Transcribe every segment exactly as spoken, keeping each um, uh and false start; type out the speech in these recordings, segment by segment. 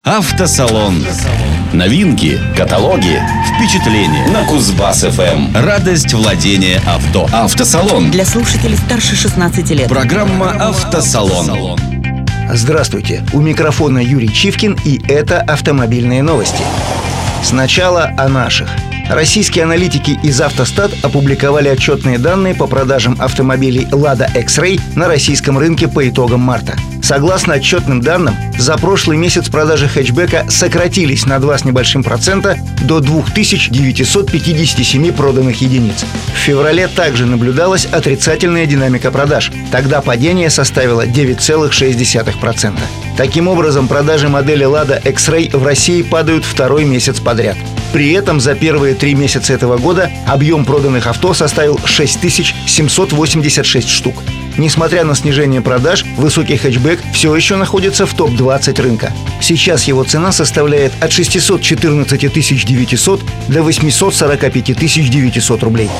Автосалон. Новинки, каталоги, впечатления на Кузбасс-ФМ. Радость владения авто. Автосалон. Для слушателей старше шестнадцати лет. Программа «Автосалон». Здравствуйте, у микрофона Юрий Чивкин, и это автомобильные новости. Сначала о наших. Российские аналитики из «Автостат» опубликовали отчетные данные по продажам автомобилей Lada X-Ray на российском рынке по итогам марта. Согласно отчетным данным, за прошлый месяц продажи хэтчбека сократились на два с небольшим процента до две тысячи девятьсот пятьдесят семь проданных единиц. В феврале также наблюдалась отрицательная динамика продаж. Тогда падение составило девять целых шесть десятых процента. Таким образом, продажи модели Lada X-Ray в России падают второй месяц подряд. При этом за первые три месяца этого года объем проданных авто составил шесть тысяч семьсот восемьдесят шесть штук. Несмотря на снижение продаж, высокий хэтчбек все еще находится в топ двадцать рынка. Сейчас его цена составляет от шестисот четырнадцати тысяч девятисот до восьмисот сорока пяти тысяч девятисот рублей.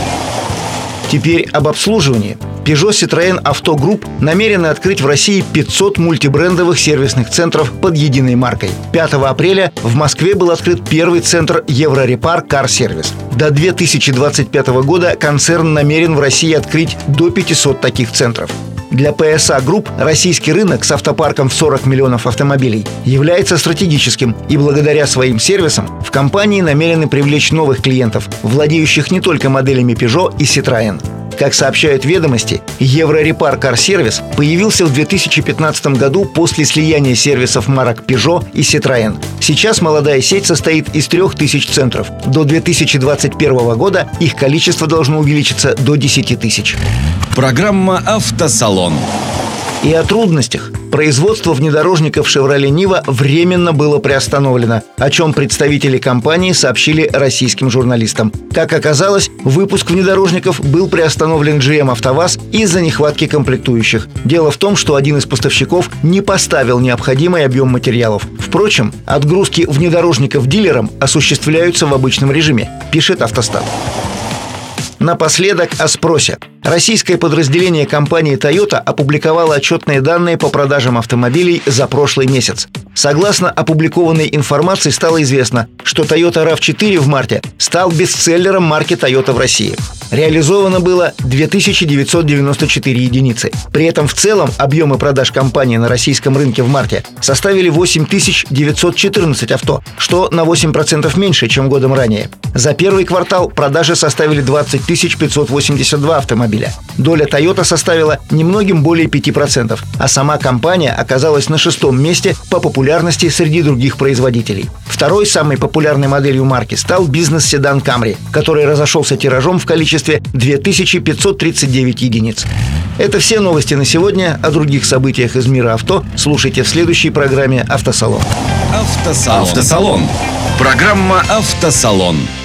Теперь об обслуживании. Peugeot Citroën Auto Group намерены открыть в России пятьсот мультибрендовых сервисных центров под единой маркой. пятого апреля в Москве был открыт первый центр Еврорепар Car Service. До две тысячи двадцать пятого года концерн намерен в России открыть до пятисот таких центров. Для пи эс эй Group российский рынок с автопарком в сорок миллионов автомобилей является стратегическим, и благодаря своим сервисам в компании намерены привлечь новых клиентов, владеющих не только моделями Peugeot и Citroën. Как сообщают «Ведомости», Еврорепар Car Service появился в две тысячи пятнадцатом году после слияния сервисов марок Peugeot и Citroën. Сейчас молодая сеть состоит из трех тысяч центров. До две тысячи двадцать первого года их количество должно увеличиться до десяти тысяч. Программа «Автосалон». И о трудностях. Производство внедорожников Chevrolet Niva временно было приостановлено, о чем представители компании сообщили российским журналистам. Как оказалось, выпуск внедорожников был приостановлен джи эм «АвтоВАЗ» из-за нехватки комплектующих. Дело в том, что один из поставщиков не поставил необходимый объем материалов. Впрочем, отгрузки внедорожников дилерам осуществляются в обычном режиме, пишет «Автостат». Напоследок о спросе. Российское подразделение компании Toyota опубликовало отчетные данные по продажам автомобилей за прошлый месяц. Согласно опубликованной информации, стало известно, что Toyota рав четыре в марте стал бестселлером марки Toyota в России. Реализовано было две тысячи девятьсот девяносто четыре единицы. При этом в целом объемы продаж компании на российском рынке в марте составили восемь тысяч девятьсот четырнадцать авто, что на восемь процентов меньше, чем годом ранее. За первый квартал продажи составили двадцать тысяч пятьсот восемьдесят два автомобиля. Доля Toyota составила немногим более пяти процентов, а сама компания оказалась на шестом месте по популярности среди других производителей. Второй самой популярной моделью марки стал бизнес-седан Camry, который разошелся тиражом в количестве две тысячи пятьсот тридцать девять единиц. Это все новости на сегодня. О других событиях из мира авто слушайте в следующей программе «Автосалон». Автосалон. Автосалон. Программа «Автосалон».